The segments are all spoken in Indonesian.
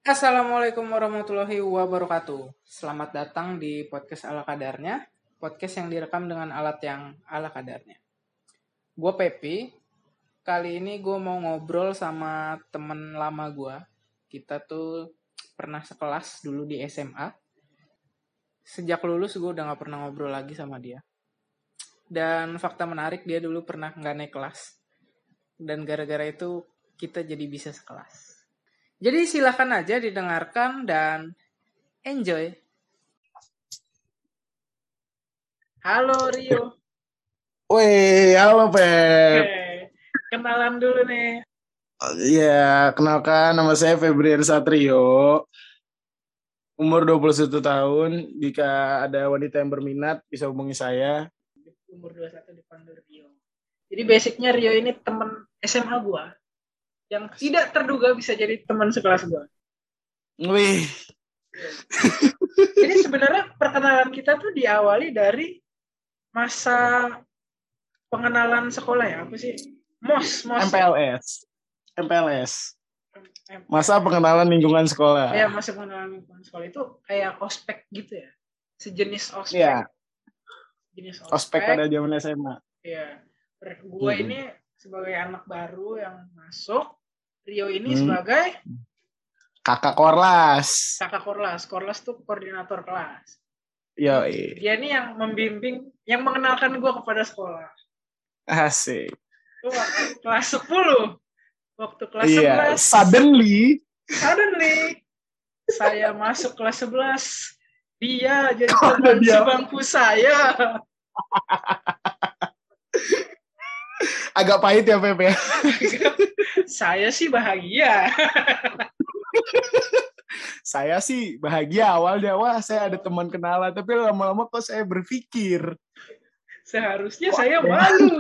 Assalamualaikum warahmatullahi wabarakatuh. Selamat datang di podcast ala kadarnya. Podcast yang direkam dengan alat yang ala kadarnya. Gue Pepi. Kali ini gue mau ngobrol sama temen lama gue. Kita tuh pernah sekelas dulu di SMA. Sejak lulus gue udah gak pernah ngobrol lagi sama dia. Dan fakta menarik, dia dulu pernah gak naik kelas. Dan gara-gara itu kita jadi bisa sekelas. Jadi silakan aja didengarkan dan enjoy. Halo Rio. Wih, halo Pep. Kenalan dulu nih. Iya, kenalkan nama saya Febrian Satrio. Umur 21 tahun. Jika ada wanita yang berminat, bisa hubungi saya. Umur 21 dipanggil Rio. Jadi basicnya Rio ini teman SMA gua yang tidak terduga bisa jadi teman sekelas gua. Wih. Jadi sebenarnya perkenalan kita tuh diawali dari masa pengenalan sekolah ya, apa sih? MOS. MPLS. Masa pengenalan lingkungan sekolah. Ya, masa pengenalan lingkungan sekolah itu kayak ospek gitu ya. Sejenis ospek. Iya. Jenis ospek pada zaman SMA. Iya. Gue ini sebagai anak baru yang masuk, Rio ini sebagai kakak Korlas. Korlas tuh koordinator kelas. Yoi. Dia ini yang membimbing, yang mengenalkan gue kepada sekolah. Asik. Itu waktu kelas 10. Waktu kelas 11. Suddenly saya masuk kelas 11. Dia jadi teman sebangku saya. Agak pahit ya Pepe. Saya sih bahagia. Saya sih bahagia awalnya, wah saya ada teman kenalan, tapi lama-lama kok saya berpikir seharusnya saya malu.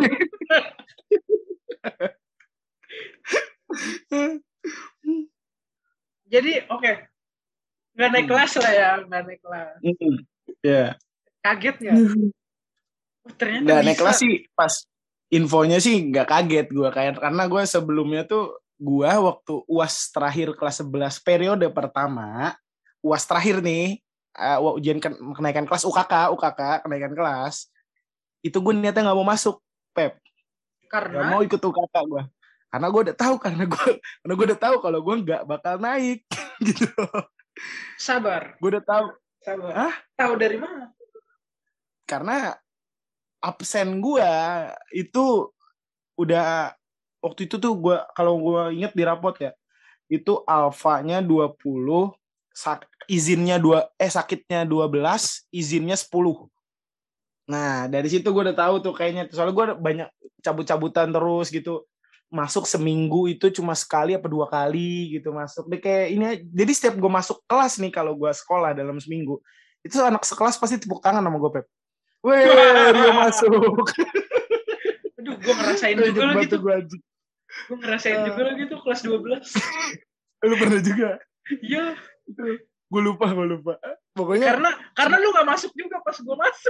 Jadi oke. Nggak naik kelas lah ya, nggak naik kelas. Yeah. Kaget nggak? Ternyata nggak bisa. Naik kelas sih pas infonya sih nggak kaget gue, karena gue sebelumnya tuh gue waktu UAS terakhir kelas 11 periode pertama, UAS terakhir nih, ujian kenaikan kelas UKK kenaikan kelas, itu gue niatnya nggak mau masuk Pep, karena nggak mau ikut UKK gue, karena gue udah tahu kalau gue nggak bakal naik gitu. Sabar. Gue udah tahu. Sabar. Hah? Tahu dari mana? Karena absen gue itu udah waktu itu tuh gue, kalau gue inget di rapot ya, itu alfanya 20, izinnya sakitnya 12, izinnya 10. Nah, dari situ gue udah tahu tuh kayaknya, soalnya gue banyak cabut-cabutan terus gitu. Masuk seminggu itu cuma sekali apa 2 kali gitu masuk. Dia kayak ini, jadi setiap gue masuk kelas nih, kalau gue sekolah dalam seminggu, itu anak sekelas pasti tepuk tangan sama gue, Pep. Weh, Rio masuk. Aduh, gue ngerasain juga lo gitu. Gue ngerasain juga lo gitu, kelas 12. Lu pernah juga? Iya. Gue lupa. Pokoknya karena lu gak masuk juga pas gue masuk.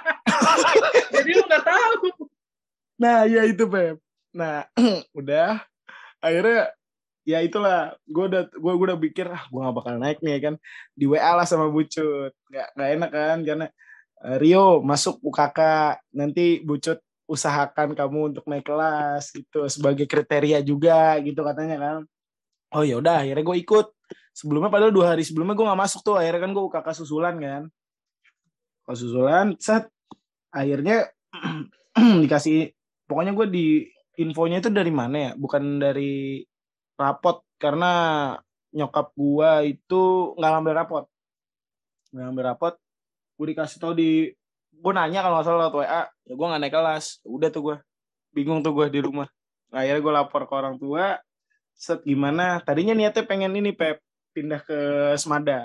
Jadi lu gak tahu. Nah, ya itu, Pep. Nah, udah. Akhirnya, ya itulah. Gue udah pikir, gue gak bakal naik nih kan. Di WA lah sama Bucut. Gak enak kan, karena Rio masuk UKK, nanti Bucut usahakan kamu untuk naik kelas gitu, sebagai kriteria juga gitu katanya kan. Oh ya udah, akhirnya gue ikut. Sebelumnya padahal 2 hari sebelumnya gue nggak masuk tuh, akhirnya kan gue UKK susulan kan. Kalau susulan, akhirnya dikasih, pokoknya gue di infonya itu dari mana ya? Bukan dari rapot, karena nyokap gue itu nggak ngambil rapot. Gue dikasih tahu gue nanya kalau nggak salah lewat WA, ya gue nggak naik kelas. Udah tuh gue bingung tuh gue di rumah. Akhirnya gue lapor ke orang tua. Gimana? Tadinya niatnya pengen ini, Pep, pindah ke Semada.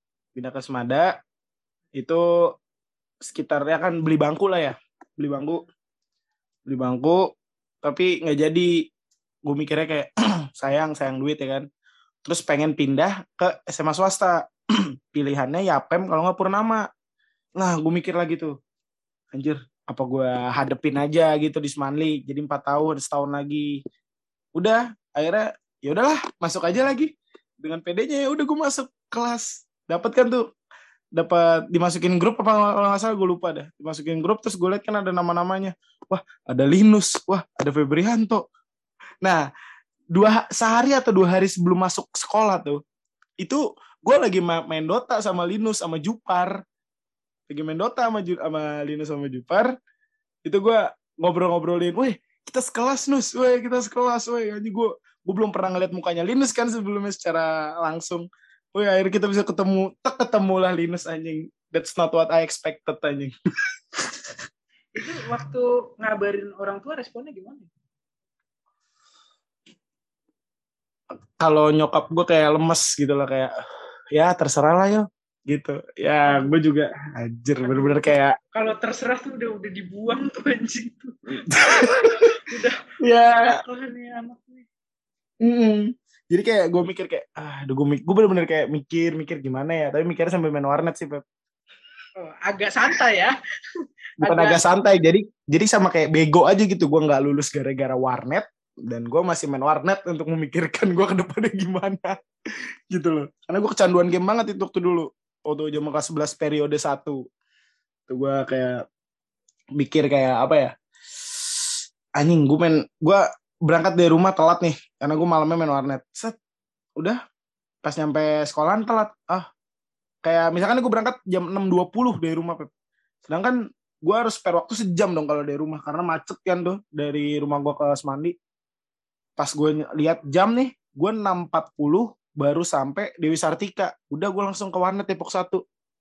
Itu sekitarnya kan beli bangku lah ya. Beli bangku, tapi nggak jadi. Gue mikirnya kayak sayang duit ya kan. Terus pengen pindah ke SMA swasta. Pilihannya Yapem kalau nggak Purnama. Nah, gue mikir lagi tuh, anjir, apa gue hadepin aja gitu di Semanlik, jadi 4 tahun, setahun lagi. Udah, akhirnya ya udahlah, masuk aja lagi. dengan pedenya ya udah gue masuk kelas. Dapat kan tuh, dapat dimasukin grup apa kalau nggak salah gue lupa dah. Dimasukin grup terus gue lihat kan ada nama-namanya. Wah, ada Linus, wah, ada Febrianto. Nah, sehari atau 2 hari sebelum masuk sekolah tuh, itu gue lagi main Dota sama Linus sama Jupar. Lagi main Dota sama Linus sama Jupar. Itu gue ngobrol-ngobrolin, weh kita sekelas Nus, weh kita sekelas, weh ini gue belum pernah ngeliat mukanya Linus kan sebelumnya secara langsung, weh akhirnya kita bisa ketemu lah Linus anjing, that's not what I expected anjing. Itu waktu ngabarin orang tua responnya gimana? Kalau nyokap gue kayak lemes gitu lah, kayak ya terserah lah yo gitu ya. Gue juga anjir bener-bener kayak kalau terserah tuh udah dibuang tuh anjing tuh. Udah ya nih anak nih. Jadi kayak gue mikir kayak gue bener-bener kayak mikir gimana ya, tapi mikirnya sambil main warnet sih Pep. Agak santai ya. Bukan agak santai, jadi sama kayak bego aja gitu. Gue nggak lulus gara-gara warnet, dan gue masih main warnet untuk memikirkan gue ke depannya gimana gitu loh. Karena gue kecanduan game banget itu waktu dulu, waktu zaman kelas 11 periode 1 itu gue kayak mikir kayak apa ya, anjing gue berangkat dari rumah telat nih karena gue malamnya main warnet. Set, udah pas nyampe sekolahan telat. Kayak misalkan gue berangkat jam 6.20 dari rumah Pep. Sedangkan gue harus spare waktu sejam dong kalau dari rumah, karena macet kan tuh dari rumah gue ke Semandi. Pas gue lihat jam nih, gue 6.40 baru sampai Dewi Sartika. Udah gue langsung ke warnet Depok 1.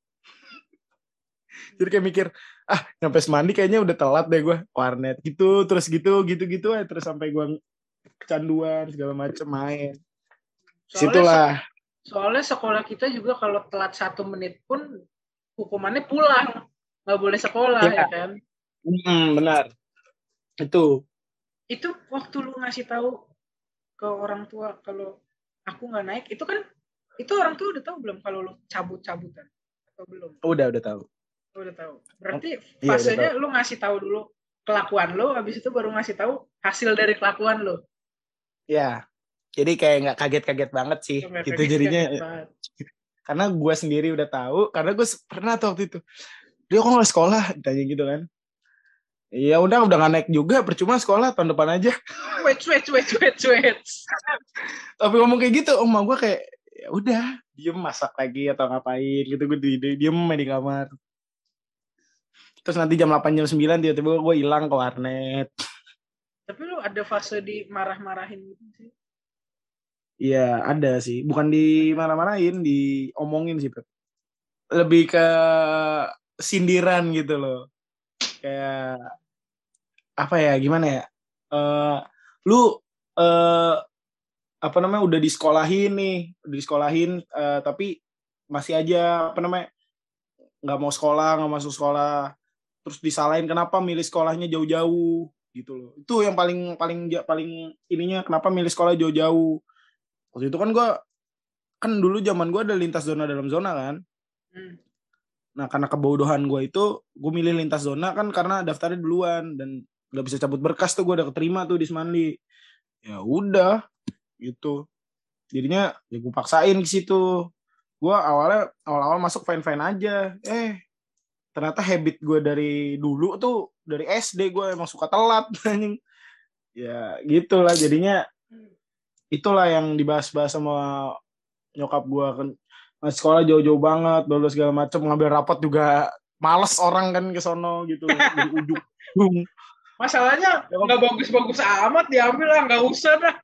Jadi kayak mikir, nyampe Semandi kayaknya udah telat deh gue warnet gitu, terus gitu aja, terus sampai gue kecanduan segala macem main. Situlah. Soalnya sekolah kita juga kalau telat 1 menit pun hukumannya pulang, nggak boleh sekolah ya kan. Benar. Itu waktu lu ngasih tahu ke orang tua kalau aku nggak naik, itu kan itu orang tua udah tahu belum kalau lu cabut-cabutan atau belum? Udah tahu. Udah tahu. Berarti Iya, fasenya lu ngasih tahu dulu kelakuan lu, habis itu baru ngasih tahu hasil dari kelakuan lu. Ya, jadi kayak nggak kaget-kaget banget sih, gitu jadinya. Karena gue sendiri udah tahu, karena gue pernah tuh waktu itu, dia kok nggak sekolah, ditanya gitu kan. Ya udah nggak naik juga, percuma sekolah tahun depan aja. Wait. Tapi ngomong kayak gitu, emak gue kayak ya udah diem masak lagi atau ngapain gitu, gue diem main di kamar. Terus nanti jam 8 jam 9 tiba-tiba gue hilang ke warnet. Tapi lu ada fase di marah-marahin gitu sih? Iya ada sih, bukan di marah-marahin, diomongin sih Pep. Lebih ke sindiran gitu loh, kayak apa ya, gimana ya, lu apa namanya udah disekolahin tapi masih aja apa namanya nggak mau sekolah, nggak masuk sekolah, terus disalahin kenapa milih sekolahnya jauh-jauh gitu loh. Itu yang paling ininya, kenapa milih sekolah jauh-jauh. Waktu itu kan gue kan dulu zaman gue ada lintas zona dalam zona kan. Nah karena kebodohan gue itu, gue milih lintas zona kan karena daftarnya duluan dan nggak bisa cabut berkas tuh, gue udah keterima tuh di Semanli. Ya udah gitu, jadinya ya gue paksain ke situ. Gue awal masuk fine aja, ternyata habit gue dari dulu tuh, dari SD gue emang suka telat anjing. Ya gitulah jadinya, itulah yang dibahas-bahas sama nyokap gue kan, masih sekolah jauh-jauh banget, bolos segala macem, ngambil rapot juga males orang kan ke sono gitu loh, di ujung. Masalahnya nggak bagus-bagus amat, diambil lah, nggak usah dah.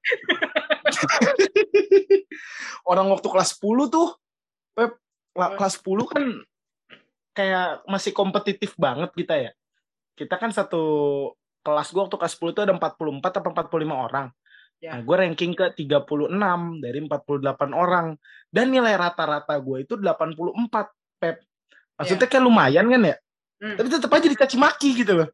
Orang waktu kelas 10 tuh Pep, kelas 10 kan kayak masih kompetitif banget kita kan satu kelas. Gue waktu kelas 10 tuh ada 44 atau 45 orang. Ya. Nah, gue ranking ke 36 dari 48 orang. Dan nilai rata-rata gue itu 84, Pep. Maksudnya kayak lumayan kan ya? Tapi tetap aja dicaci maki gitu loh.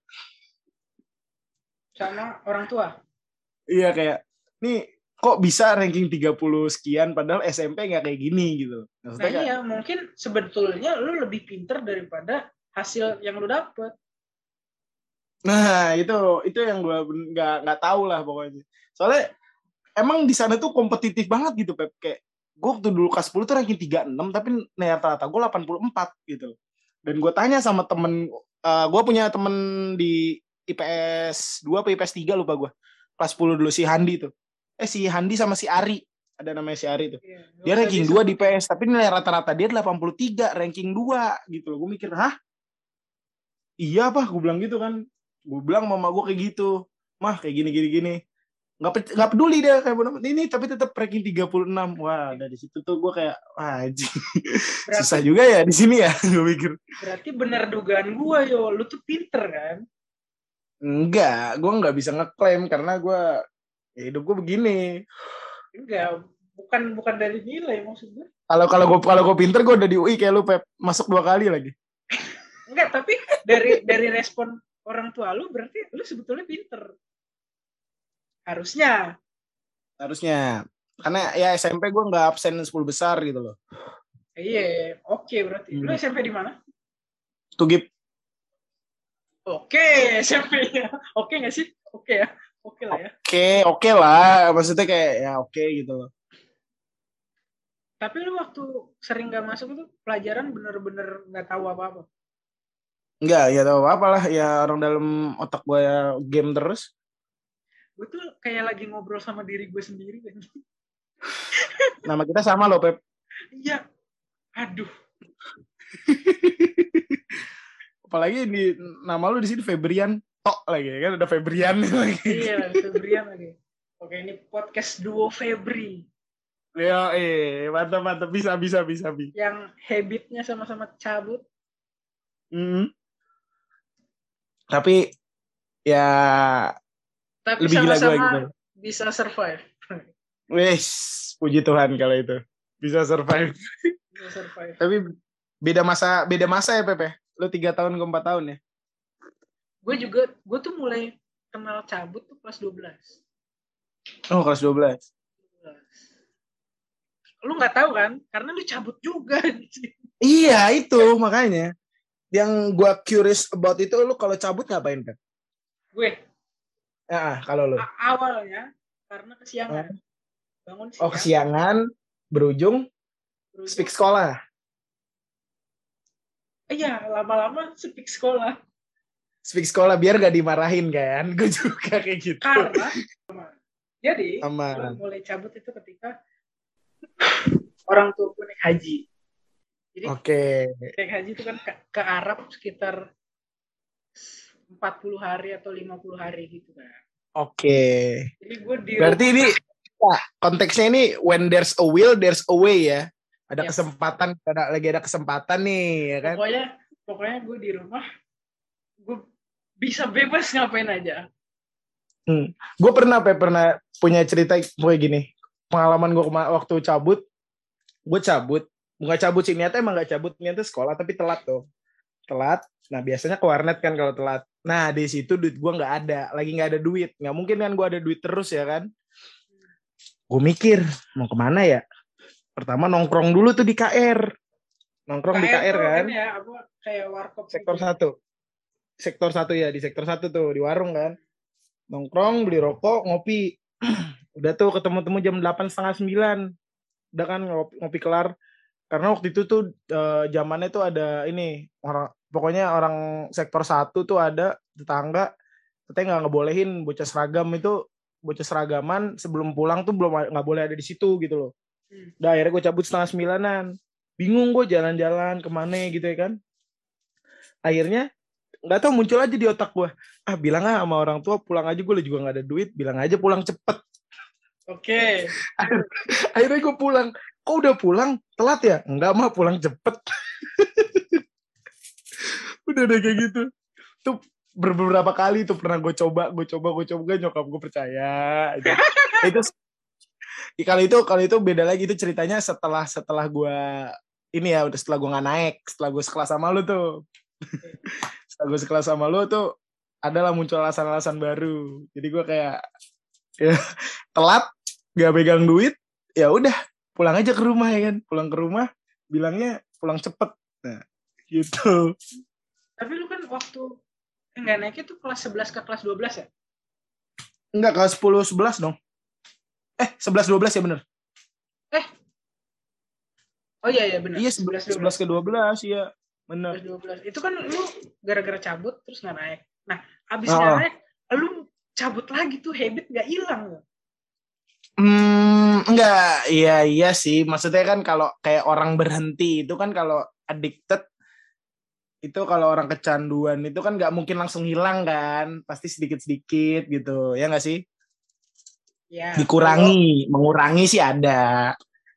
Sama orang tua? Iya, kayak, nih kok bisa ranking 30 sekian padahal SMP nggak kayak gini gitu. Maksudnya nah iya, mungkin sebetulnya lu lebih pinter daripada hasil yang lu dapet. Nah itu yang gue nggak tahu lah pokoknya. Soalnya emang di sana tuh kompetitif banget gitu Pep, kayak gue waktu dulu kelas 10 tuh ranking 36, tapi nilai rata-rata gue 84 gitu. Dan gue tanya sama temen, gue punya temen di IPS 2 atau IPS 3 lupa gue. Kelas 10 dulu si Handi tuh. Si Handi sama si Ari. Ada namanya si Ari tuh. Iya, nggak Dia usah ranking 2 di disebutin. PS, tapi nilai rata-rata dia 83, ranking 2 gitu loh. Gue mikir, hah? Iya apa? Gue bilang gitu kan. Gue bilang mama gue kayak gitu. Mah kayak gini. Nggak peduli dia kayak bener, ini tapi tetap ranking 36. Wah, dari situ tuh gue kayak wah anjing. Berarti Susah juga ya di sini ya. Gue mikir berarti benar dugaan gua yo, lu tuh pinter kan? gue nggak bisa ngeklaim karena gue ya hidup gue begini. Enggak, bukan dari nilai maksud gua. Kalau gue pinter, gue udah di UI kayak lu Pep, masuk 2 kali lagi. Enggak, tapi dari respon orang tua lu berarti lu sebetulnya pinter. Harusnya. Karena ya SMP gue nggak absen 10 besar gitu loh. Iya, oke berarti. Lu SMP di mana? Tugip. Oke, SMP-nya. Oke nggak sih? Oke ya. Oke lah ya. Oke lah, maksudnya kayak ya oke gitu loh. Tapi lu waktu sering gak masuk itu pelajaran bener-bener gak tahu apa-apa. Enggak, ya tahu apa lah ya, orang dalam otak gue ya game terus. Gue tuh kayak lagi ngobrol sama diri gue sendiri kan. Nama kita sama loh Pep. Iya. Aduh. Apalagi di nama lu di sini Febrian Tok lagi kan, ada Febrian lagi. Iya, Febrian lagi. Oke, ini podcast duo Febri. Ya, mantap bisa. Yang habitnya sama-sama cabut. Tapi ya Tapi lebih gila gue sama-sama gitu. bisa survive. Wes, puji Tuhan kalau itu bisa survive. Bisa survive. Tapi beda masa ya Pepe. Lu 3 tahun ke 4 tahun ya? Gue tuh mulai kenal cabut tuh kelas 12. Oh, kelas 12. Lu nggak tahu kan? Karena lu cabut juga. Iya, itu makanya. Yang gue curious about itu, lu kalau cabut ngapain kan? Gue. Kalau lu. Awalnya karena kesiangan. Bangun siang. Oh, kesiangan, berujung speak sekolah. Iya, lama-lama speak sekolah. Speak sekolah biar gak dimarahin kan? Gue juga kayak gitu. Karena jadi gue mulai cabut itu ketika orang tua gue naik haji. Jadi naik haji itu kan ke Arab sekitar 40 hari atau 50 hari gitu kan. Jadi gue berarti ini konteksnya ini when there's a will there's a way ya. Ada kesempatan, lagi ada kesempatan nih ya kan. Pokoknya gue di rumah gue bisa bebas ngapain aja. Gue pernah punya cerita kayak gini. Pengalaman gue waktu cabut, nggak cabut sih, niatnya emang nggak cabut, niatnya sekolah tapi telat. Nah biasanya ke warnet kan kalau telat. Nah di situ duit gue nggak ada, lagi nggak ada duit, nggak mungkin kan gue ada duit terus ya kan. Gue mikir mau kemana ya. Pertama nongkrong dulu tuh di KR. Di KR kan. Ini ya, apa kayak warkop. Sektor 1 ya, di sektor 1 tuh di warung kan. Nongkrong, beli rokok, ngopi. Udah tuh ketemu-temu jam 8:30, 9. Udah kan ngopi kelar. Karena waktu itu tuh zamannya tuh ada ini, pokoknya orang sektor 1 tuh ada tetangga katanya nggak ngebolehin bocah seragam itu, bocah seragaman sebelum pulang tuh nggak boleh ada di situ gitu loh. Udah akhirnya gue cabut 8:30. Bingung gue jalan-jalan kemana gitu ya kan. Akhirnya nggak tahu muncul aja di otak gue, bilang sama orang tua pulang aja, gue juga nggak ada duit, bilang aja pulang cepet. Oke. Akhirnya gue pulang. Kok udah pulang telat ya? Enggak mah, pulang cepet. Udah kayak gitu. Tuh beberapa kali tuh pernah gue coba nyokap gue percaya. Itu kalau itu beda lagi, itu ceritanya setelah gue ini ya, udah setelah gue nggak naik, setelah gue sekelas sama lu tuh. Setelah gue sekelas sama lu tuh adalah muncul alasan-alasan baru. Jadi gue kayak ya, telat, gak pegang duit, ya udah pulang aja ke rumah ya kan. Pulang ke rumah bilangnya pulang cepet. Nah gitu. Tapi lu kan waktu nggak naik itu kelas 11 ke kelas 12 ya? Enggak, kelas 10-11 dong. 11-12 ya bener. Oh iya benar. Iya 11 11 ke 12 ya. 12. Bener. 12. Itu kan lu gara-gara cabut terus nggak naik. Nah, abis nggak Oh. naik, lu cabut lagi tuh habit nggak hilang. Enggak, iya sih. Maksudnya kan kalau kayak orang berhenti itu kan kalau addicted itu kalau orang kecanduan itu kan nggak mungkin langsung hilang kan, pasti sedikit-sedikit gitu, ya nggak sih? Ya, kalau Mengurangi sih ada.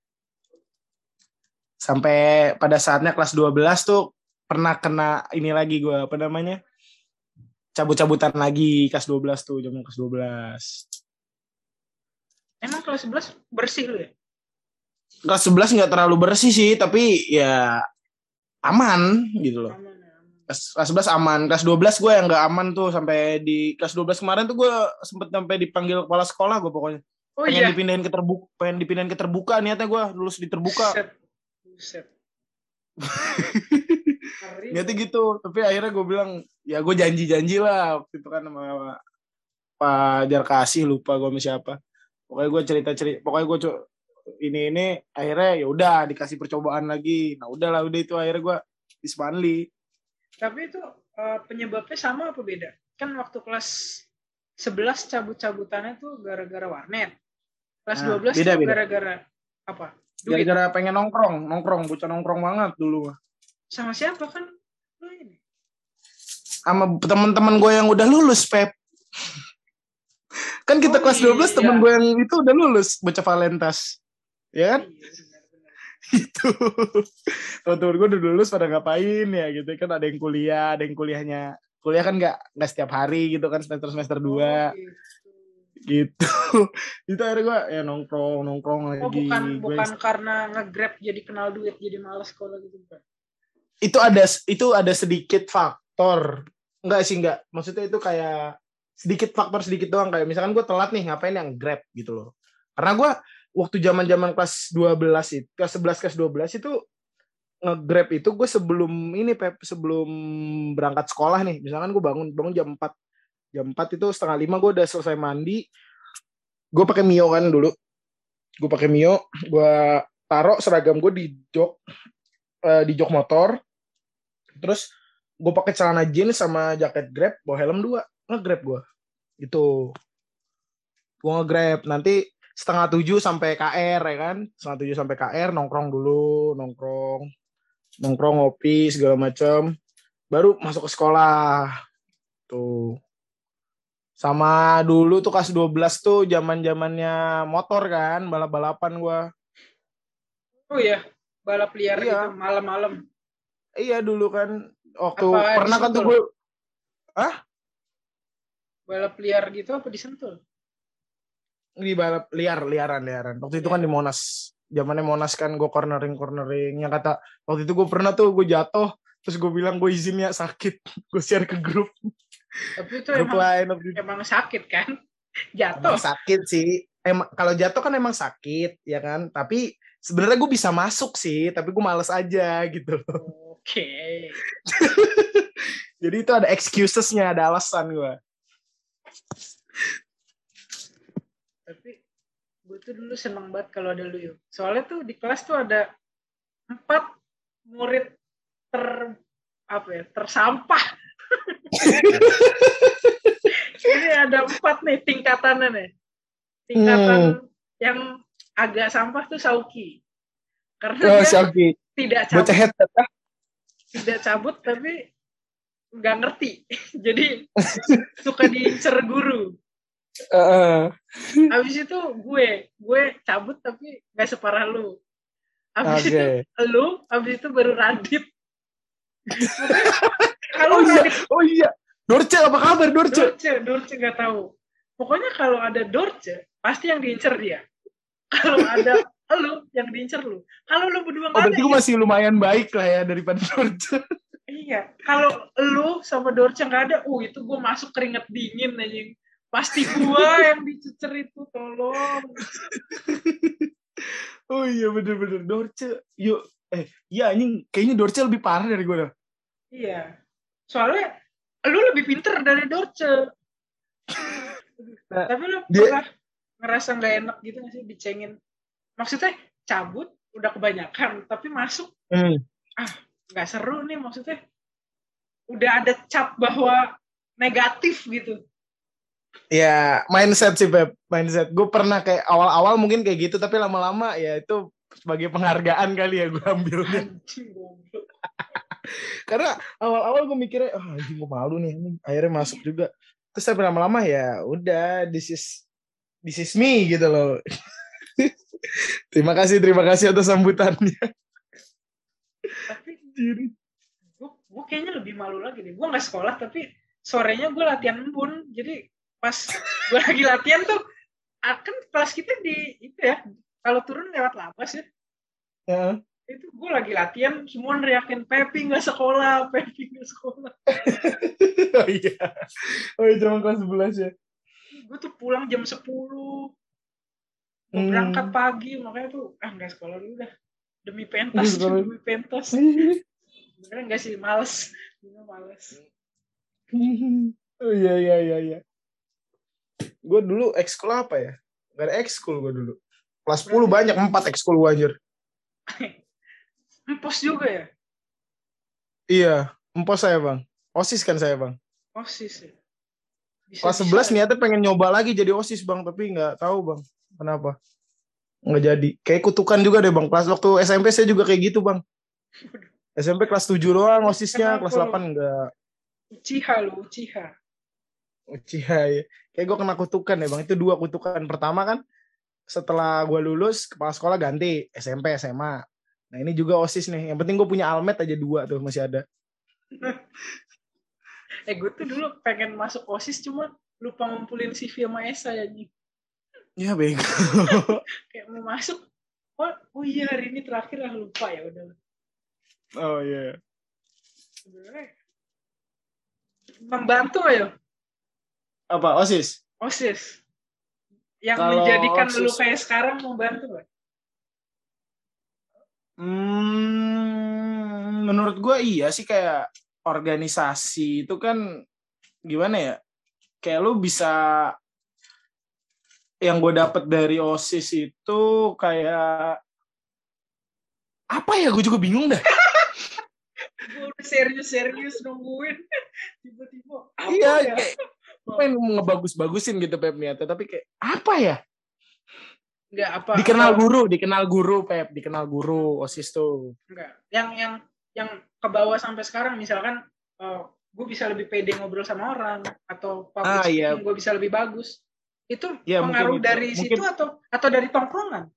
Sampai pada saatnya kelas 12 tuh pernah kena ini lagi gue, apa namanya? Cabut-cabutan lagi kelas 12 tuh, zaman kelas 12. emang kelas 11 bersih lu ya? Kelas 11 nggak terlalu bersih sih, tapi ya aman gitu loh. Aman, aman. Kelas 11 aman, kelas 12 gue yang nggak aman tuh, sampai di kelas 12 kemarin tuh gue sempet sampai dipanggil kepala sekolah gue pokoknya. Oh iya. Pengen dipindahin ke terbuka, niatnya gue lulus di terbuka. Buset. Niatnya gitu, tapi akhirnya gue bilang ya gue janji lah waktu itu kan sama Pak Jarkasih, lupa gue sama siapa. Pokoknya gue cerita pokoknya gue ini akhirnya ya udah dikasih percobaan lagi. Nah udah itu akhirnya gue di Spanli. Tapi itu penyebabnya sama apa beda? Kan waktu kelas 11 cabut-cabutannya tuh gara-gara warnet. Kelas 12 beda, tuh beda. gara-gara apa? Duit. Gara-gara pengen nongkrong, bocah nongkrong banget dulu. Sama siapa kan? Oh, ini. Sama teman-teman gue yang udah lulus, Pep. Kan kita kelas 12 teman gue yang itu udah lulus, bocah Valentas. Ya kan? Iya, benar. Gitu. Teman-teman gue udah lulus pada ngapain ya gitu kan, ada yang kuliahnya. Kuliah kan nggak setiap hari gitu kan, semester 2. Gitu. Itu akhirnya gue ya nongkrong lagi. Bukan karena nge-grab jadi kenal duit jadi malas sekolah gitu kan. Itu ada sedikit faktor. Enggak. Maksudnya itu kayak sedikit doang, kayak misalkan gue telat nih, ngapain yang Grab gitu loh. Karena gue waktu zaman kelas 12 itu, kelas 11 kelas 12 itu nge-Grab itu gue sebelum berangkat sekolah nih. Misalkan gue bangun jam 4. Jam 4 itu setengah 5 gue udah selesai mandi. Gue pakai Mio kan dulu. Gue taruh seragam gue di jok motor. Terus gue pakai celana jeans sama jaket Grab, bawa helm 2, nge-Grab gue. Gitu. Gue nge-Grab, nanti 6:30 sampai KR ya kan. 6:30 sampai KR, nongkrong dulu, nongkrong ngopi segala macam. Baru masuk ke sekolah. Tuh. Sama dulu tuh kelas 12 tuh zaman-zamannya motor kan, balap-balapan gue. Oh iya, balap liar Iya. gitu malam-malam. Iya dulu kan waktu apa pernah kan tuh gue. Balap liar gitu apa disentul? Di balap liaran. Waktu itu kan di Monas. Zamannya Monas kan, gue cornering. Yang kata waktu itu gue pernah tuh gue jatuh, terus gue bilang gue izin ya sakit. Gue share ke grup. Tapi itu grup emang sakit kan? Jatuh. Emang sakit sih. Kalau jatuh kan emang sakit ya kan. Tapi sebenarnya gue bisa masuk sih, tapi gue males aja gitu. Oke. Jadi itu ada excusesnya, ada alasan gue. Tapi gue tuh dulu seneng banget kalau ada lu yuk. Soalnya tuh di kelas tuh ada 4 murid tersampah. Ini ada 4 nih tingkatannya nih. Tingkatan yang agak sampah tuh Sauki. Karena dia tidak cabut. Tidak cabut tapi nggak ngerti. Jadi suka diincer guru. Abis itu gue cabut tapi nggak separah lu. Abis itu abis itu baru Radit. Kalau oh iya, Dorce apa kabar Dorce nggak tahu. Pokoknya kalau ada Dorce pasti yang diincer dia. Kalau ada lu yang diincer lu. Kalau lu berdua nggak ada. Berarti gue masih lumayan baik lah ya daripada Dorce. Iya. Kalau lu sama Dorce nggak ada, itu gue masuk keringet dingin anjing. Pasti gue yang dicecer itu, tolong. Oh iya bener Dorce. Iya anjing, kayaknya Dorce lebih parah dari gue dah. Iya. Soalnya lu lebih pinter dari Dorce. Tapi lu pernah ngerasa nggak enak gitu nggak sih dicengin? Maksudnya cabut udah kebanyakan, tapi masuk Hmm. nggak seru nih, maksudnya udah ada cap bahwa negatif gitu. Ya, mindset sih, Pep. Mindset. Gue pernah kayak awal-awal mungkin kayak gitu, tapi lama-lama ya itu sebagai penghargaan kali ya gue ambilnya. Anjing goblok. Karena awal-awal gue mikirnya, oh, anjing gue malu nih. Akhirnya masuk juga. Terus tapi lama-lama ya udah, this is me gitu loh. Terima kasih atas sambutannya. Tapi gue kayaknya lebih malu lagi deh. Gue nggak sekolah tapi sorenya gue latihan embun. Jadi pas gue lagi latihan tuh akan kelas kita di itu ya, kalau turun lewat lapas ya. Ya. Itu gue lagi latihan semua neriakin Pepi nggak sekolah, Pepi nggak sekolah. Oh iya. Oh iya, cuma kelas 11 ya. Gue tuh pulang jam 10, mau berangkat pagi, makanya tuh nggak sekolah dulu dah. Demi pentas, demi pentas. Beneran nggak sih, males. Oh iya iya iya iya. Gue dulu ekskul apa ya? Gak ada ekskul gue dulu. Kelas 10 banyak 4 ekskul gue anjir. Empos juga ya? Iya, empos saya bang. OSIS kan saya bang. OSIS ya? Kelas 11 niatnya pengen nyoba lagi jadi OSIS bang, tapi nggak tahu bang kenapa nggak jadi. Kayak kutukan juga deh bang. Kelas waktu SMP saya juga kayak gitu bang. SMP kelas 7 doang OSISnya, kelas 8 enggak. Uchiha lu, Uchiha. Uchiha ya. Kayak gue kena kutukan ya bang. Itu 2 kutukan. Pertama kan setelah gue lulus kepala sekolah ganti SMP SMA. Nah ini juga OSIS nih. Yang penting gue punya almet aja 2 tuh masih ada. Gue tuh dulu pengen masuk OSIS cuma lupa ngumpulin CV sama esai aja. Ya bego. Kayak mau masuk, oh iya hari ini terakhir lah, lupa ya udah. Oh iya. Sebenarnya membantu ya. Apa OSIS? OSIS. Yang Kalau menjadikan OSIS, lu kayak sekarang membantu gak? Menurut gue iya sih, kayak organisasi itu kan gimana ya? Kayak lu bisa, yang gue dapet dari OSIS itu kayak apa ya? Gue juga bingung dah. Gue udah serius nungguin, tiba-tiba apa Iya, ya? kayak pengen ngebagus-bagusin gitu Pep niatnya, tapi kayak apa ya? Enggak apa? Dikenal guru Pep, dikenal guru OSIS tuh. Enggak. Yang ke bawah sampai sekarang misalkan gue bisa lebih pede ngobrol sama orang atau public speaking Iya. gue bisa lebih bagus. Itu Ya, pengaruh dari mungkin situ atau dari tongkrongan?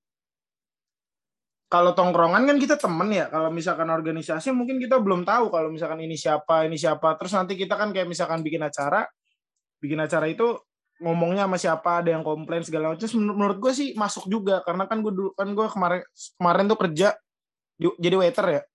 kalau tongkrongan kan kita temen ya. Kalau misalkan organisasi mungkin kita belum tahu kalau misalkan ini siapa. Terus nanti kita kan kayak misalkan bikin acara itu ngomongnya sama siapa, ada yang komplain segala macam. Menurut gue sih masuk juga, karena kan gue kemarin tuh kerja jadi waiter ya.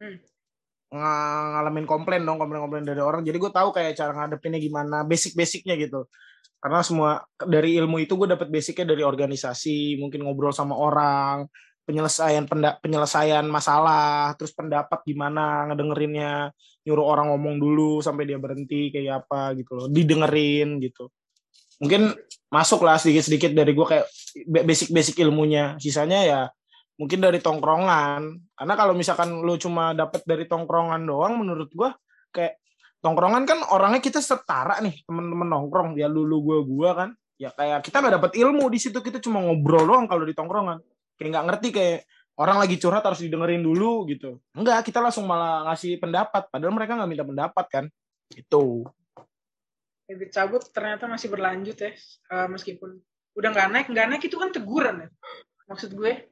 Ngalamin komplain dari orang. Jadi gue tahu kayak cara ngadepinnya gimana, basic-basicnya gitu. Karena semua dari ilmu itu gue dapet basicnya dari organisasi, mungkin ngobrol sama orang, penyelesaian masalah, terus pendapat gimana ngedengerinnya, nyuruh orang ngomong dulu sampai dia berhenti kayak apa gitu loh, didengerin gitu. Mungkin masuk lah sedikit-sedikit dari gue kayak basic ilmunya. Sisanya ya mungkin dari tongkrongan. Karena kalau misalkan lu cuma dapet dari tongkrongan doang, menurut gue kayak tongkrongan kan orangnya kita setara nih, temen-temen nongkrong ya, lu gue kan, ya kayak kita nggak dapet ilmu di situ, kita cuma ngobrol doang kalau di tongkrongan. Kayak nggak ngerti, kayak orang lagi curhat harus didengerin dulu gitu. Enggak, kita langsung malah ngasih pendapat, padahal mereka nggak minta pendapat kan. Itu. Bibit cabut ternyata masih berlanjut ya, meskipun udah nggak naik itu kan teguran ya, maksud gue.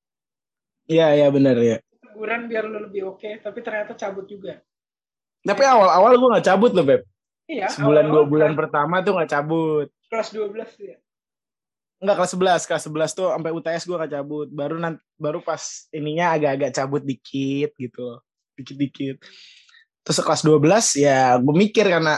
Iya benar ya. Teguran biar lo lebih oke, tapi ternyata cabut juga. Tapi awal-awal gue nggak cabut loh Beb. Iya. Sebulan 2 bulan pertama tuh nggak cabut. Kelas 12 tuh ya. Enggak, kelas 11 tuh sampai UTS gue gak cabut. Baru pas ininya agak-agak cabut dikit gitu loh. Dikit-dikit. Terus kelas 12 ya gue mikir, karena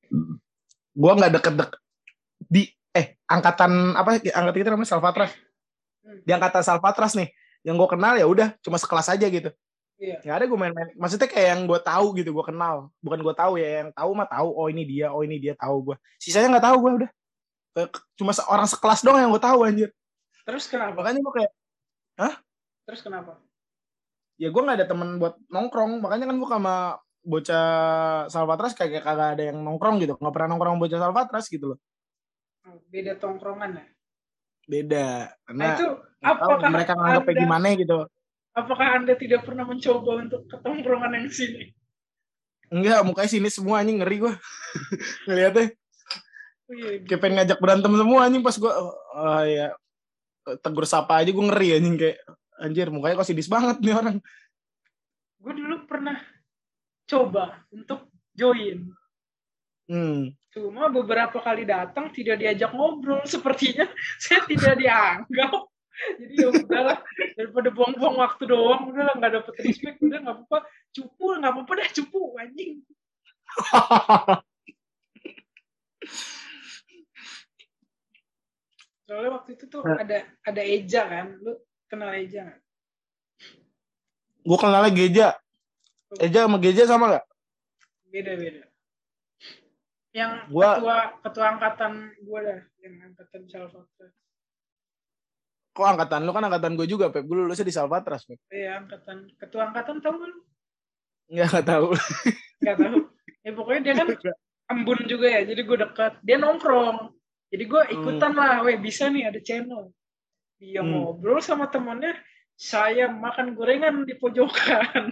gue gak deket-deket di angkatan apa, angkatan kita namanya Salvatras. Di angkatan Salvatras nih, yang gue kenal ya udah cuma sekelas aja gitu. Iya. Gak ada gue main-main. Maksudnya kayak yang gue tahu gitu, gue kenal. Bukan gue tahu ya, yang tahu mah tahu. Oh ini dia tahu gue. Sisanya gak tahu gue udah. Cuma orang sekelas doang yang gue tahu anjir. Terus kenapa? Makanya gue kayak, hah? Terus kenapa? Ya gue nggak ada temen buat nongkrong, makanya kan gue sama bocah Salvatras kayak kagak ada yang nongkrong gitu, nggak pernah nongkrong bocah Salvatras gitu loh. Beda tongkrongan ya? Beda Nah karena itu nggak tahu apakah mereka nganggapnya Anda gimana gitu. tidak pernah mencoba untuk ke tongkrongan yang sini? Enggak, mukanya sini semua anjing, ngeri gue ngeliatnya. Oh iya Kayak gitu. pengen ngajak berantem semua anjing pas gue ya tegur sapa aja gue ngeri anjing, kayak anjir mukanya kok sidis banget nih orang. Gue dulu pernah coba untuk join. Cuma beberapa kali datang tidak diajak ngobrol, sepertinya saya tidak dianggap. Jadi ya udahlah, daripada buang-buang waktu doang, udahlah nggak dapet respect, udah nggak apa-apa, nggak apa-apa dah cupu anjing. Soalnya waktu itu tuh ada Eja kan, lu kenal Eja nggak? Gue kenalnya Geja. Eja sama Geja sama gak? Beda-beda. Yang Gua ketua angkatan gue dah, yang angkatan Salvatras. kok angkatan lu kan angkatan gue juga, Pep. Gue lulusnya di Salvatras, Pep. Iya, ketua angkatan tahu kan? Nggak tahu. Nggak tahu. Ya pokoknya dia kan embun juga ya, jadi gue dekat. Dia nongkrong. Jadi gue ikutan lah, weh bisa nih ada channel. Dia ngobrol sama temannya, saya makan gorengan di pojokan.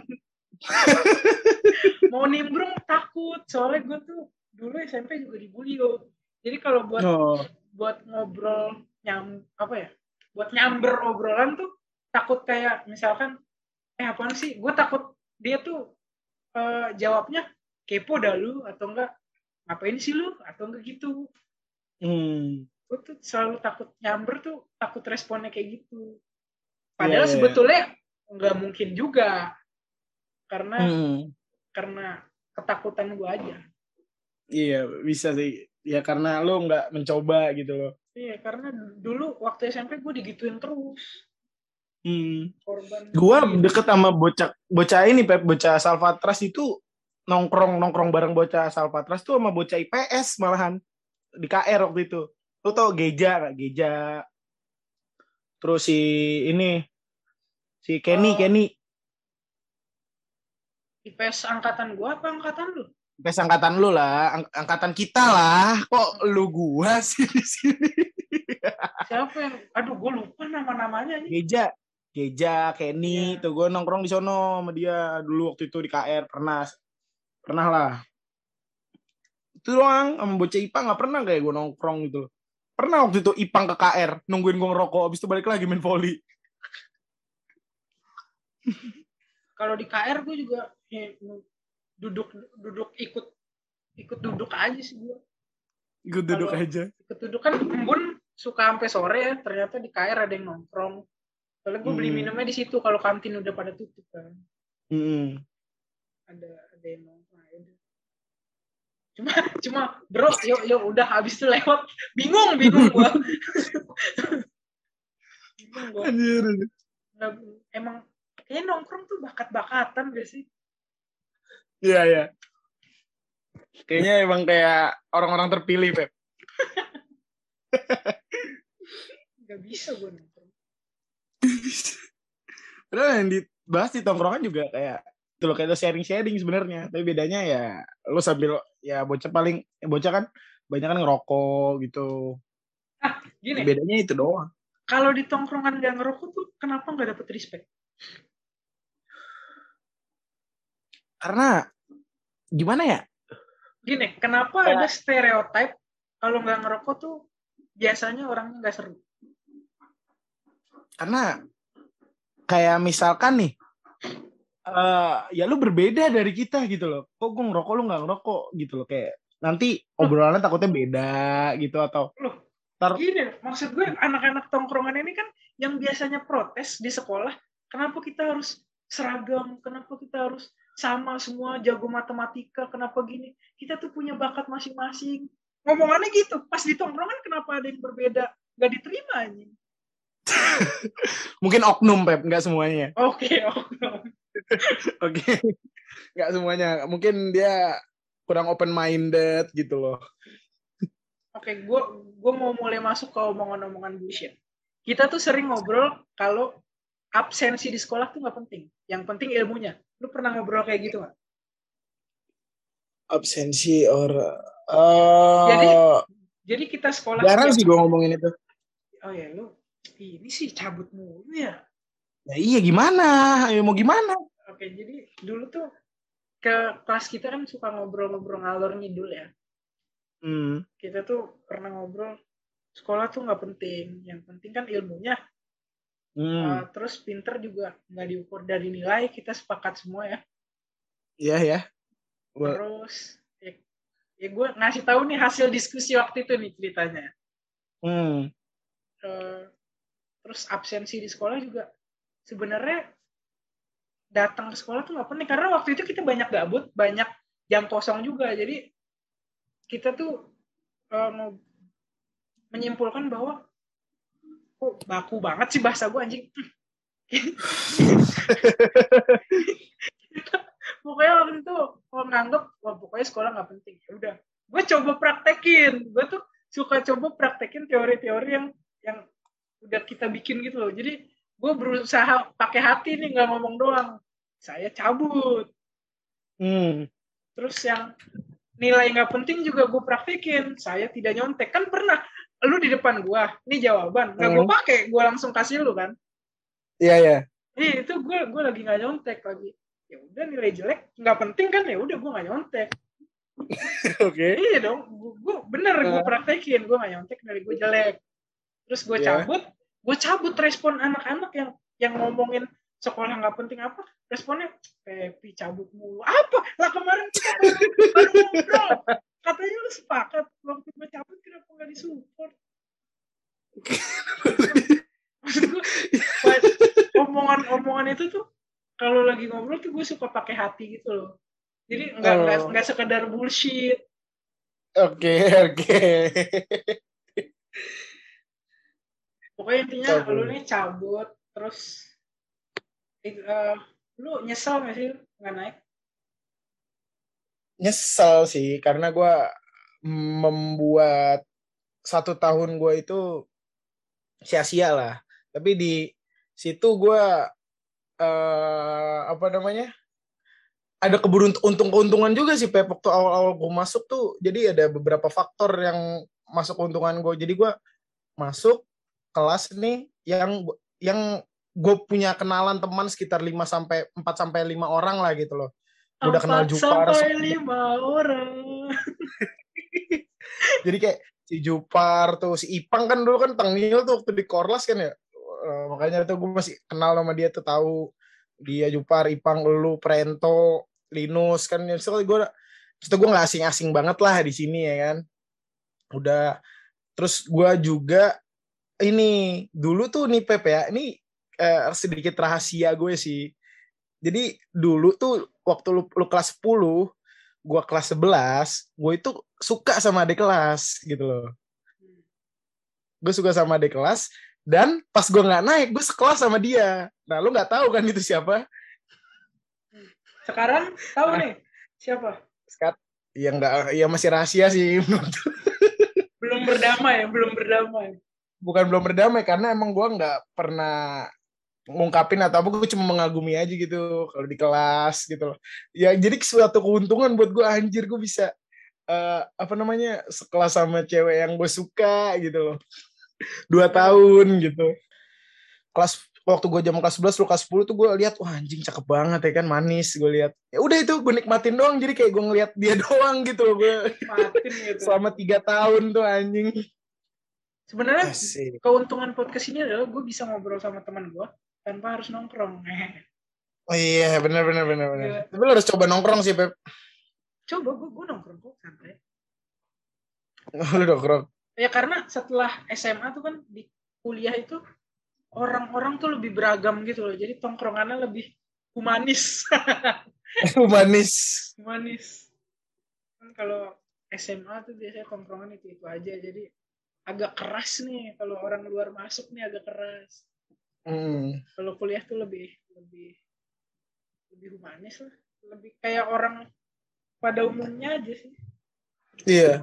Mau nimbrung takut, soalnya gue tuh dulu SMP juga dibully yo. Jadi kalau buat ngobrol buat nyamber obrolan tuh takut kayak misalkan apaan sih? Gue takut dia tuh jawabnya kepo dah lu atau enggak ngapain sih lu atau enggak gitu. Gue tuh selalu takut nyamber tuh, takut responnya kayak gitu. Padahal sebetulnya nggak mungkin juga karena ketakutan gue aja. Iya bisa sih ya, karena lo nggak mencoba gitu loh. Iya, karena dulu waktu SMP gue digituin terus. Korban. Gue deket sama bocah ini, Pep, bocah Salvatras itu nongkrong bareng bocah Salvatras tuh sama bocah IPS malahan di KR waktu itu. Lo tau Geja nggak? Geja. Terus si Kenny. IPS angkatan gue apa angkatan lu? IPS angkatan lu lah, angkatan kita lah. Kok lu gua sih di sini? Siapa yang? Aduh, gue lupa nama-namanya nih. Geja, Kenny, tuh gue nongkrong di sono sama dia dulu waktu itu di KR, pernah lah. Itu doang, sama bocah IPA nggak pernah kayak gue nongkrong gitu. Pernah waktu itu Ipang ke KR, nungguin gue ngerokok, abis itu balik lagi main volley. Kalau di KR gue juga duduk ikut duduk aja sih gue. Ikut duduk aja. Ikut duduk kan embun suka sampai sore ya, ternyata di KR ada yang nongkrong. Soalnya gue beli minumnya di situ kalau kantin udah pada tutup kan. Ada yang nongkrong aja. Cuma bro, yuk udah habis itu lewat. Bingung gue. Anjir. Emang kayak nongkrong tuh bakat-bakatan gak sih? Iya. Kayaknya emang kayak orang-orang terpilih, Pep. Gak bisa gue nongkrong. Padahal yang dibahas di tongkrongan juga kayak itu loh, kayak sharing sebenarnya. Tapi bedanya ya lo sambil ya bocah kan banyak kan ngerokok gitu. Gini. Bedanya itu doang. Kalau di tongkrongan gak ngerokok tuh kenapa gak dapet respect? Karena gimana ya? Gini, kenapa ada stereotip kalau nggak ngerokok tuh biasanya orangnya nggak seru? Karena kayak misalkan nih, ya lu berbeda dari kita gitu loh. Kok gue ngerokok lu nggak ngerokok gitu loh, kayak nanti obrolannya takutnya beda gitu atau. Gini, maksud gue anak-anak tongkrongan ini kan yang biasanya protes di sekolah, kenapa kita harus seragam, kenapa kita harus sama semua jago matematika, kenapa gini? Kita tuh punya bakat masing-masing. Ngomongannya gitu, pas di tongkrongan kenapa ada yang berbeda? Gak diterima aja. Mungkin oknum, Pep, nggak semuanya. Oke, oknum. Oke, nggak semuanya. Mungkin dia kurang open minded gitu loh. Oke, gue mau mulai masuk ke omongan-omongan bullshit. Kita tuh sering ngobrol kalau absensi di sekolah tuh nggak penting. Yang penting ilmunya. Lu pernah ngobrol kayak gitu nggak? Absensi or Jadi uh, jadi kita sekolah jarang setiap sih gue ngomongin itu. oh ya lu ini sih cabut mulu ya. Ya iya gimana? Ya mau gimana? Oke, jadi dulu tuh ke kelas kita kan suka ngobrol-ngobrol ngalor ngidul ya. Hmm. Kita tuh pernah ngobrol sekolah tuh nggak penting. Yang penting kan ilmunya. Hmm. Terus pinter juga nggak diukur dari nilai. Kita sepakat semua ya. Iya ya. Terus ya gue ngasih tahu nih hasil diskusi waktu itu nih ceritanya. Hmm. Uh, terus absensi di sekolah juga sebenarnya datang ke sekolah tuh nggak penting karena waktu itu kita banyak gabut, banyak jam kosong juga. Jadi kita tuh menyimpulkan bahwa kok baku banget sih bahasa gue anjing. Pokoknya waktu itu gue nganggep wah pokoknya sekolah nggak penting. Ya udah, gue coba praktekin. Gue tuh suka coba praktekin teori-teori yang udah kita bikin gitu loh. Jadi gue berusaha pakai hati nih nggak ngomong doang. Saya cabut. Hmm. Terus yang nilai nggak penting juga gue praktekin. Saya tidak nyontek. Kan pernah lu di depan gue, ini jawaban. Nggak gue Hmm. pakai, gue langsung kasih lu kan. Iya ya. Itu gue lagi nggak nyontek lagi. Ya udah nilai jelek nggak penting kan ya udah gue nggak nyontek. Oke. Iya dong, gue bener gue praktekin, gue nggak nyontek nilai gue jelek. Terus Ya. gue cabut respon anak-anak yang ngomongin sekolah nggak penting apa, responnya Pepi cabut mulu. Apa? Lah kemarin kita baru ngobrol, katanya lu sepakat waktu gue cabut kenapa nggak disupport? Maksud gue omongan itu tuh kalau lagi ngobrol tuh gue suka pakai hati gitu loh. Jadi nggak sekedar bullshit. Oke, oke. Pokoknya intinya lu Oke. nih cabut terus lu nyesel gak sih nggak naik? Nyesel sih karena gue membuat 1 tahun gue itu sia-sia lah. Tapi di situ gue apa namanya? Ada keuntungan juga sih Pep waktu awal-awal gue masuk tuh. Jadi ada beberapa faktor yang masuk keuntungan gue. Jadi gue masuk kelas nih yang gue punya kenalan teman sekitar 4 sampai 5 orang lah gitu loh. Gue udah kenal 4 Jupar. sampai 5 orang. Jadi kayak si Jupar tuh si Ipang kan dulu kan tengil tuh waktu di Korlas kan ya. Makanya tuh gue masih kenal sama dia tuh tahu dia Jupar, Ipang, lu, Prento, Linus kan. So gue nggak asing-asing banget lah di sini ya kan. Udah terus gue juga ini dulu tuh nih Pep ya. Ini sedikit rahasia gue sih. Jadi dulu tuh waktu lu kelas 10, gue kelas 11, gue itu suka sama adik kelas gitu loh. Gue suka sama adik kelas, dan pas gue nggak naik, gue sekelas sama dia. Nah, lu nggak tahu kan itu siapa? Sekarang tahu nih siapa? Sekarang, ya nggak, ya masih rahasia sih. Belum berdamai. Bukan belum berdamai, karena emang gue nggak pernah ngungkapin atau apa, gue cuma mengagumi aja gitu kalau di kelas gitu loh. Ya jadi suatu keuntungan buat gue, anjir gue bisa apa namanya sekelas sama cewek yang gue suka gitu loh, 2 tahun gitu. Kelas waktu gue jam kelas 11 lu kelas 10 tuh gue lihat wah anjing cakep banget ya kan, manis, gue lihat ya udah itu gue nikmatin doang, jadi kayak gue ngeliat dia doang gitu loh gue. Nikmatin gitu. Selama 3 tahun tuh anjing. Sebenarnya Asik. keuntungan podcast ini adalah gue bisa ngobrol sama teman gue tanpa harus nongkrong. Oh iya benar. Gila. Tapi lu harus coba nongkrong sih Pep. Coba gue nongkrong kok santai. Lu nongkrong. Ya karena setelah SMA tuh kan di kuliah itu orang-orang tuh lebih beragam gitu loh. Jadi tongkrongannya lebih humanis. Manis. Humanis. Kan kalau SMA tuh biasanya tongkrongan itu aja. Jadi agak keras nih. Kalau orang luar masuk nih agak keras. Kalau kuliah tuh lebih humanis lah. Lebih kayak orang pada umumnya aja sih. Iya.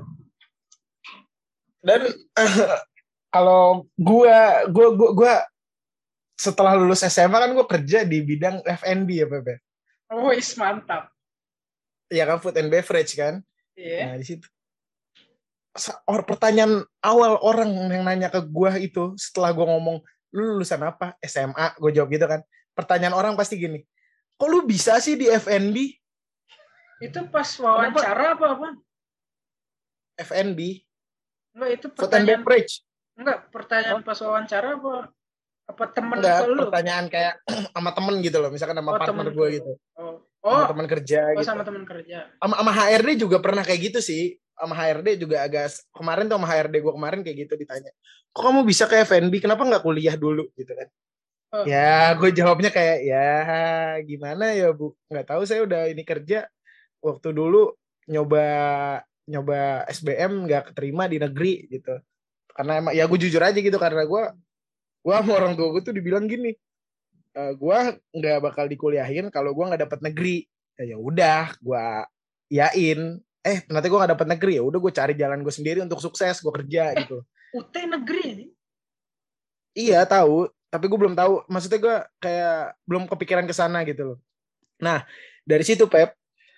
Dan kalau gue setelah lulus SMA kan gue kerja di bidang F&B ya Pepe. Oh, mantap. Iya kan, food and beverage kan. Iya. Nah di situ pertanyaan awal orang yang nanya ke gue itu setelah gue ngomong lu lulusan apa SMA, gue jawab gitu kan. Pertanyaan orang pasti gini, kok lu bisa sih di F&B? Itu pas Kenapa wawancara apa? F&B? Enggak, itu Food and pertanyaan. beverage. Enggak, pertanyaan pas wawancara apa? Apa temen ke Enggak, lu? pertanyaan kayak sama temen gitu loh, misalkan sama Oh, partner temen gue ke lu. gitu, Oh. sama Oh, teman kerja gitu. sama temen kerja. Sama HRD juga pernah kayak gitu sih. Sama HRD juga agak kemarin tuh sama HRD gue kemarin kayak gitu ditanya. Kok kamu bisa ke F&B? Kenapa nggak kuliah dulu gitu kan? Oh. Ya gue jawabnya kayak ya gimana ya Bu? Nggak tahu, saya udah ini kerja. Waktu dulu nyoba SBM nggak keterima di negeri gitu. Karena emang ya gue jujur aja gitu, karena gue sama orang tua gue tuh dibilang gini, gue nggak bakal dikuliahin kalau gue nggak dapet negeri. Ya udah gue yain, ternyata gue nggak dapet negeri, ya udah gue cari jalan gue sendiri untuk sukses, gue kerja gitu. UT negeri ini? Iya tahu, tapi gue belum tahu, maksudnya gue kayak belum kepikiran ke sana gitu loh. Nah dari situ Pep,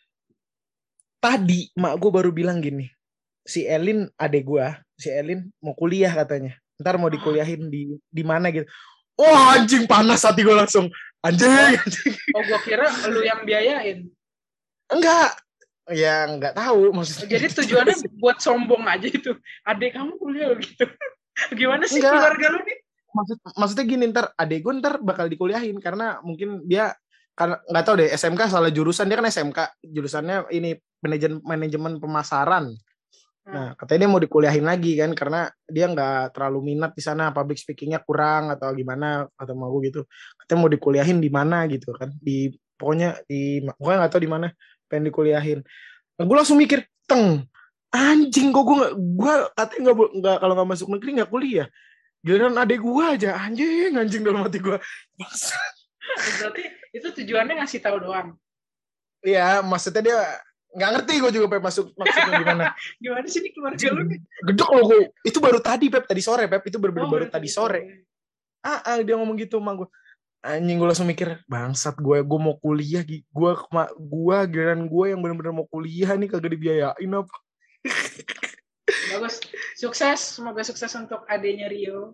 tadi mak gue baru bilang gini, si Elin adek gue, si Elin mau kuliah katanya, ntar mau dikuliahin di mana gitu. Oh anjing, panas hati gue langsung. Anjing. Oh, gue kira lu yang biayain. Enggak. Ya enggak tahu maksudnya. Jadi tujuannya buat sombong aja itu. Adek kamu kuliah gitu. Gimana sih Enggak. keluarga lu nih? Maksudnya gini, ntar adek gue ntar bakal dikuliahin karena mungkin dia, karena nggak tahu deh, SMK salah jurusan, dia kan SMK jurusannya ini manajemen pemasaran. Nah, katanya dia mau dikuliahin lagi kan karena dia nggak terlalu minat di sana, public speakingnya kurang atau gimana atau mau gitu. Katanya mau dikuliahin di mana gitu kan, pokoknya nggak tahu di mana, pengen dikuliahin. Nah, gue langsung mikir, anjing kok gue katanya nggak kalau nggak masuk negeri nggak kuliah. Giliran adek gue aja, anjing dalam hati gue. Berarti itu tujuannya ngasih tahu doang. Iya, maksudnya dia nggak ngerti, gue juga Pep maksudnya gimana. Gimana sih nih keluarga lu nih? Gedek loh gue. Itu baru tadi Pep, tadi sore Pep, itu baru tadi sore. Dia ngomong gitu sama gue. Anjing, gue langsung mikir, bangsat gue mau kuliah, gue giliran gue yang benar-benar mau kuliah nih kagak dibiayain apa. Bagus, sukses, semoga sukses untuk adenya Rio.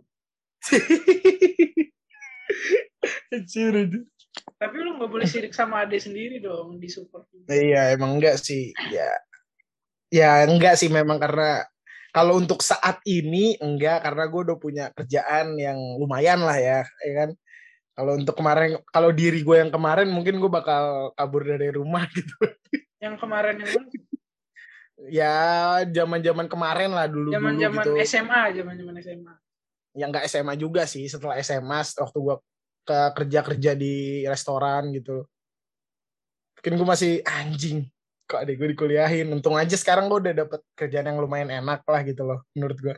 Tapi lu nggak boleh sirik sama ade sendiri dong, di support. Iya emang enggak sih, ya enggak sih memang, karena kalau untuk saat ini enggak, karena gue udah punya kerjaan yang lumayan lah ya kan. Kalau untuk kemarin, kalau diri gue yang kemarin mungkin gue bakal kabur dari rumah gitu. Yang kemarin yang mana? Ya zaman kemarin lah, dulu Zaman gitu. SMA. Ya nggak SMA juga sih, setelah SMA waktu gue kerja di restoran gitu. Mungkin gue masih anjing, kok adek gue dikuliahin. Untung aja sekarang gue udah dapet kerjaan yang lumayan enak lah gitu loh menurut gue.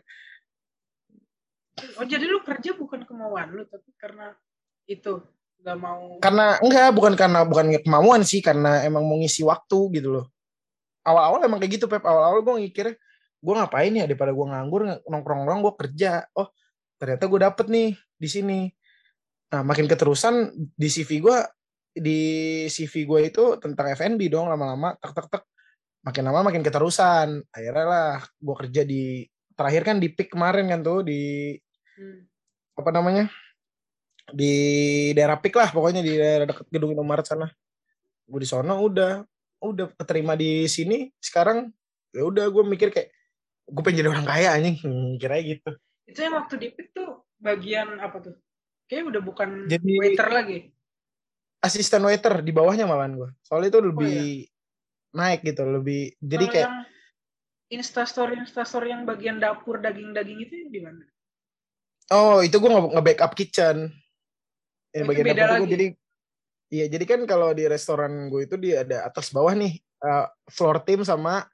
Oh, jadi lu kerja bukan kemauan lu, tapi karena itu nggak mau. Karena bukan kemauan sih, karena emang mau ngisi waktu gitu loh. Awal-awal emang kayak gitu Pep. Awal-awal gue mikir, gue ngapain ya daripada gue nganggur nongkrong-nongkrong, gue kerja. Oh ternyata gue dapet nih di sini. Nah makin keterusan di CV gue itu tentang F&B dong, lama-lama tek makin lama makin keterusan. Akhirnya lah gue kerja terakhir kan di PIK kemarin kan tuh, di apa namanya, di daerah PIK lah pokoknya, di daerah dekat gedung Indomaret sana. Gue di sana udah keterima di sini. Sekarang ya udah gue mikir kayak gue pengen jadi orang kaya anjing, kira gitu. Itu yang waktu di PIK tuh bagian apa tuh? Kayaknya udah bukan Jadi waiter lagi. asisten waiter di bawahnya malahan gue. Soalnya itu lebih naik gitu, lebih jadi kayak yang Instastory yang bagian dapur daging-daging itu di mana? Oh, itu gue nge-backup kitchen. Itu Bagian beda dapur lagi. gue jadi kan kalau di restoran gue itu dia ada atas bawah nih, floor team sama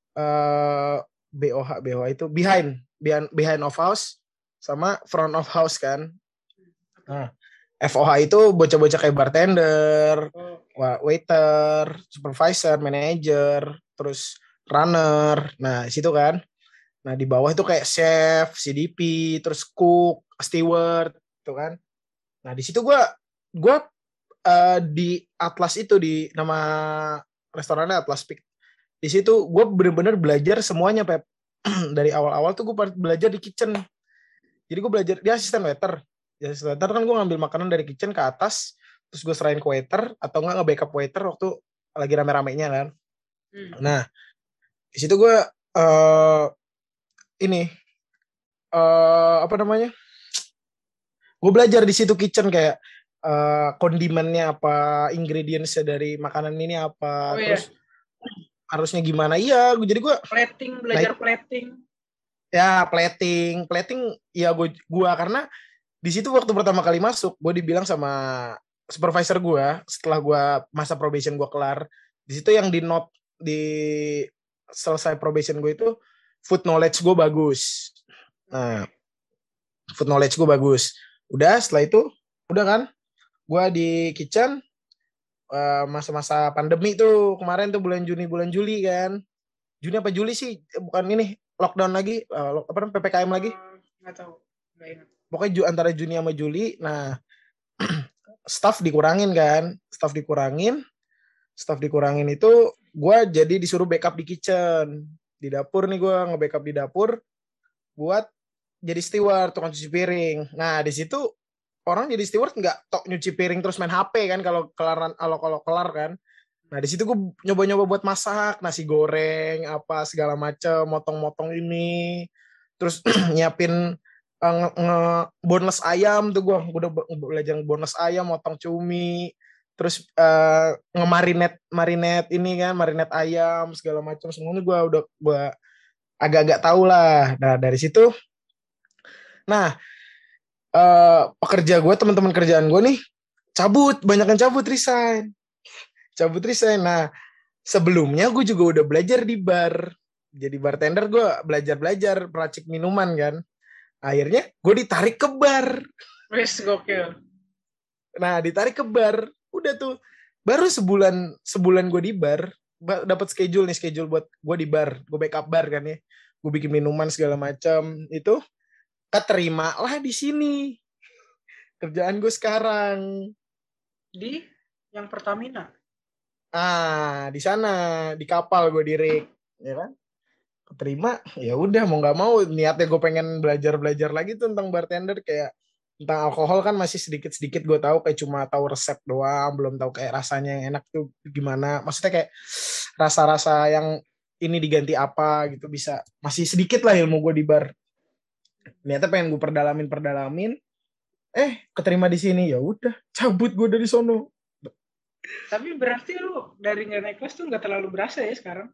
BOH itu behind of house sama front of house kan. Nah, FOH itu bocah-bocah kayak bartender, waiter, supervisor, manager, terus runner. Nah, di situ kan. Nah, di bawah itu kayak chef, CDP, terus cook, steward, gitu kan. Nah di situ gue di Atlas itu, di nama restorannya Atlas Peak. Di situ gue bener-bener belajar semuanya, Pep. Dari awal-awal tuh gue belajar di kitchen. Jadi gue belajar, dia asisten waiter. Di asisten waiter kan gue ngambil makanan dari kitchen ke atas, terus gue serahin ke waiter, atau nggak nge-backup waiter waktu lagi rame-ramenya kan. Nah, di situ gue ini apa namanya? Gue belajar di situ kitchen kayak kondimennya apa, ingredientsnya dari makanan ini apa, terus harusnya gimana. Iya, jadi gue belajar plating. Ya, plating ya gue karena di situ waktu pertama kali masuk, gue dibilang sama supervisor gue setelah gue masa probation gue kelar, di situ yang di note di selesai probation gue itu food knowledge gue bagus. Nah, food knowledge gue bagus. Udah setelah itu, udah kan, gue di kitchen masa-masa pandemi tuh kemarin tuh bulan Juni bulan Juli kan. Juni apa Juli sih? Bukan ini lockdown lagi, apa namanya PPKM lagi? Nggak tahu, nggak ingat. Pokoknya antara Juni sama Juli. Nah, staff dikurangin kan, staff dikurangin itu gue jadi disuruh backup di kitchen, di dapur nih, gue nge-backup di dapur buat jadi steward, tukang cuci piring. Nah di situ orang jadi steward nggak tok nyuci piring terus main HP kan kalau kelar kan. Nah di situ gue nyoba-nyoba buat masak nasi goreng apa segala macam, motong-motong ini, terus nyiapin boneless ayam tuh, gue udah belajar boneless ayam, motong cumi, terus marinate ini kan, marinate ayam segala macam, semuanya gue agak-agak tahu lah. Nah dari situ, nah pekerja gue, teman-teman kerjaan gue nih banyak yang cabut resign. Nah sebelumnya gue juga udah belajar di bar, jadi bartender, gue belajar peracik minuman kan. Akhirnya gue ditarik ke bar. Wes gokil. Nah ditarik ke bar, udah tuh baru sebulan gue di bar, dapat schedule buat gue di bar, gue backup bar kan ya, gue bikin minuman segala macam, itu keterima lah di sini kerjaan gue sekarang di yang Pertamina. Di sana di kapal gue di rig, ya kan, keterima. Ya udah mau nggak mau, niatnya gue pengen belajar lagi tuh tentang bartender, kayak tentang alkohol kan masih sedikit gue tahu, kayak cuma tahu resep doang, belum tahu kayak rasanya yang enak tuh gimana, maksudnya kayak rasa-rasa yang ini diganti apa gitu, bisa masih sedikit lah ilmu gue di bar. Niatnya pengen gue perdalamin, keterima di sini, ya udah cabut gue dari sono. Tapi berarti lu dari nggak naik kelas tuh nggak terlalu berasa ya sekarang?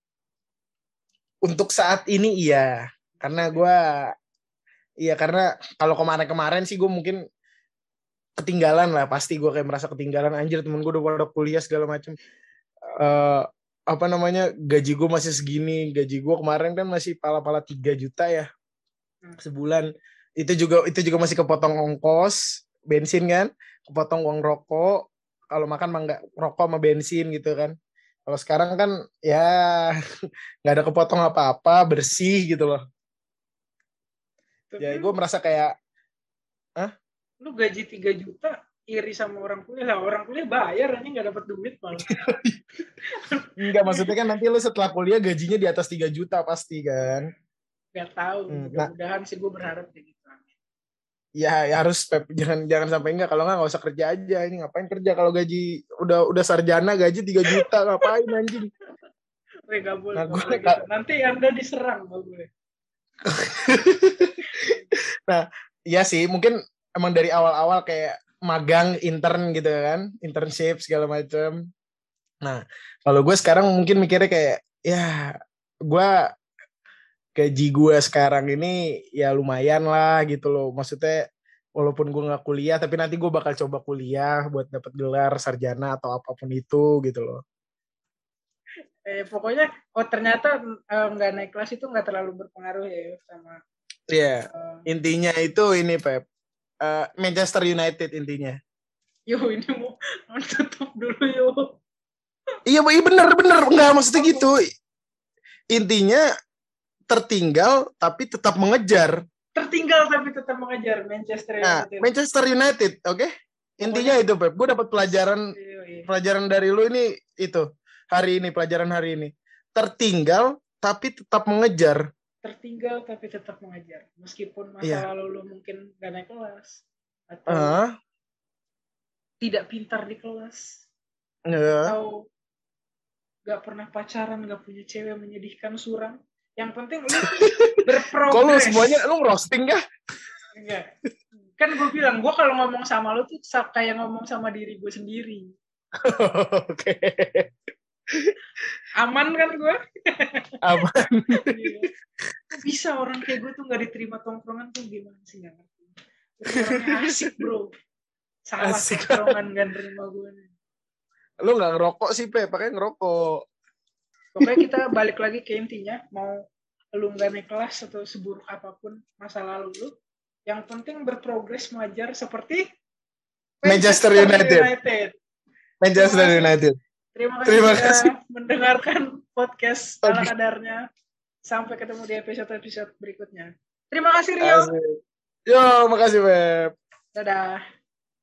Untuk saat ini iya, karena kalau kemarin sih gue mungkin ketinggalan lah, pasti gue kayak merasa ketinggalan, anjir temen gue udah pada kuliah segala macem. Apa namanya, gaji gue masih segini, gaji gue kemarin kan masih pala-pala 3 juta ya sebulan. Itu juga masih kepotong ongkos bensin kan, kepotong uang rokok, kalau makan mah nggak, rokok sama bensin gitu kan. Kalau sekarang kan ya nggak ada kepotong apa-apa, bersih gitu loh. Tapi ya gue merasa kayak lu gaji 3 juta iri sama orang kuliah lah, orang kuliah bayar aja nggak dapat duit malah. Enggak, maksudnya kan nanti lu setelah kuliah gajinya di atas 3 juta pasti kan. Nggak tahu, mudah-mudahan sih, gue berharap kayak gitu. Ya harus, Pep, jangan sampai enggak, kalau nggak usah kerja aja. Ini ngapain kerja kalau gaji udah sarjana gaji 3 juta, ngapain anjing. Nggak boleh, gitu. Nanti Anda diserang, nggak boleh. Nah iya sih, mungkin emang dari awal-awal kayak magang, intern gitu kan, internship segala macam. Nah kalau gue sekarang mungkin mikirnya kayak, ya gue gaji gue sekarang ini ya lumayan lah gitu loh, maksudnya walaupun gue nggak kuliah, tapi nanti gue bakal coba kuliah buat dapat gelar sarjana atau apapun itu gitu loh. Pokoknya ternyata nggak naik kelas itu nggak terlalu berpengaruh ya sama. Iya, intinya itu ini, Pep, Manchester United intinya. Yo, ini mau tutup dulu yo. Iya bener nggak, maksudnya gitu. Intinya tertinggal tapi tetap mengejar. Tertinggal tapi tetap mengejar Manchester Nah, United. Manchester United, oke? Intinya itu, Pep. Gue dapat pelajaran dari lu ini itu. Pelajaran hari ini. Tertinggal tapi tetap mengejar. Tertinggal tapi tetap mengejar. Meskipun masa lalu lu mungkin gak naik kelas. Atau tidak pintar di kelas. Atau gak pernah pacaran, gak punya cewek menyedihkan suram. Yang penting lu berprogres. Kok lu semuanya, lu roasting kah? Enggak. Kan gue bilang, gue kalau ngomong sama lu tuh kayak ngomong sama diri gue sendiri. Oke. Aman kan gue? Aman. Bisa orang kayak gue tuh gak diterima tongkrongan tuh gimana sih, gak ngerti. Orangnya asik bro. Salah tongkrongan gak nerima gue nih. Lu gak ngerokok sih, Pe. Pakai ngerokok. Pokoknya kita balik lagi ke intinya. Mau lu gak naik kelas atau seburuk apapun masa lalu lu, yang penting berprogres mengajar seperti Manchester United. Manchester United. Terima kasih sudah mendengarkan podcast ala kadarnya. Sampai ketemu di episode berikutnya. Terima kasih Rio. Yo, makasih Beb. Dadah.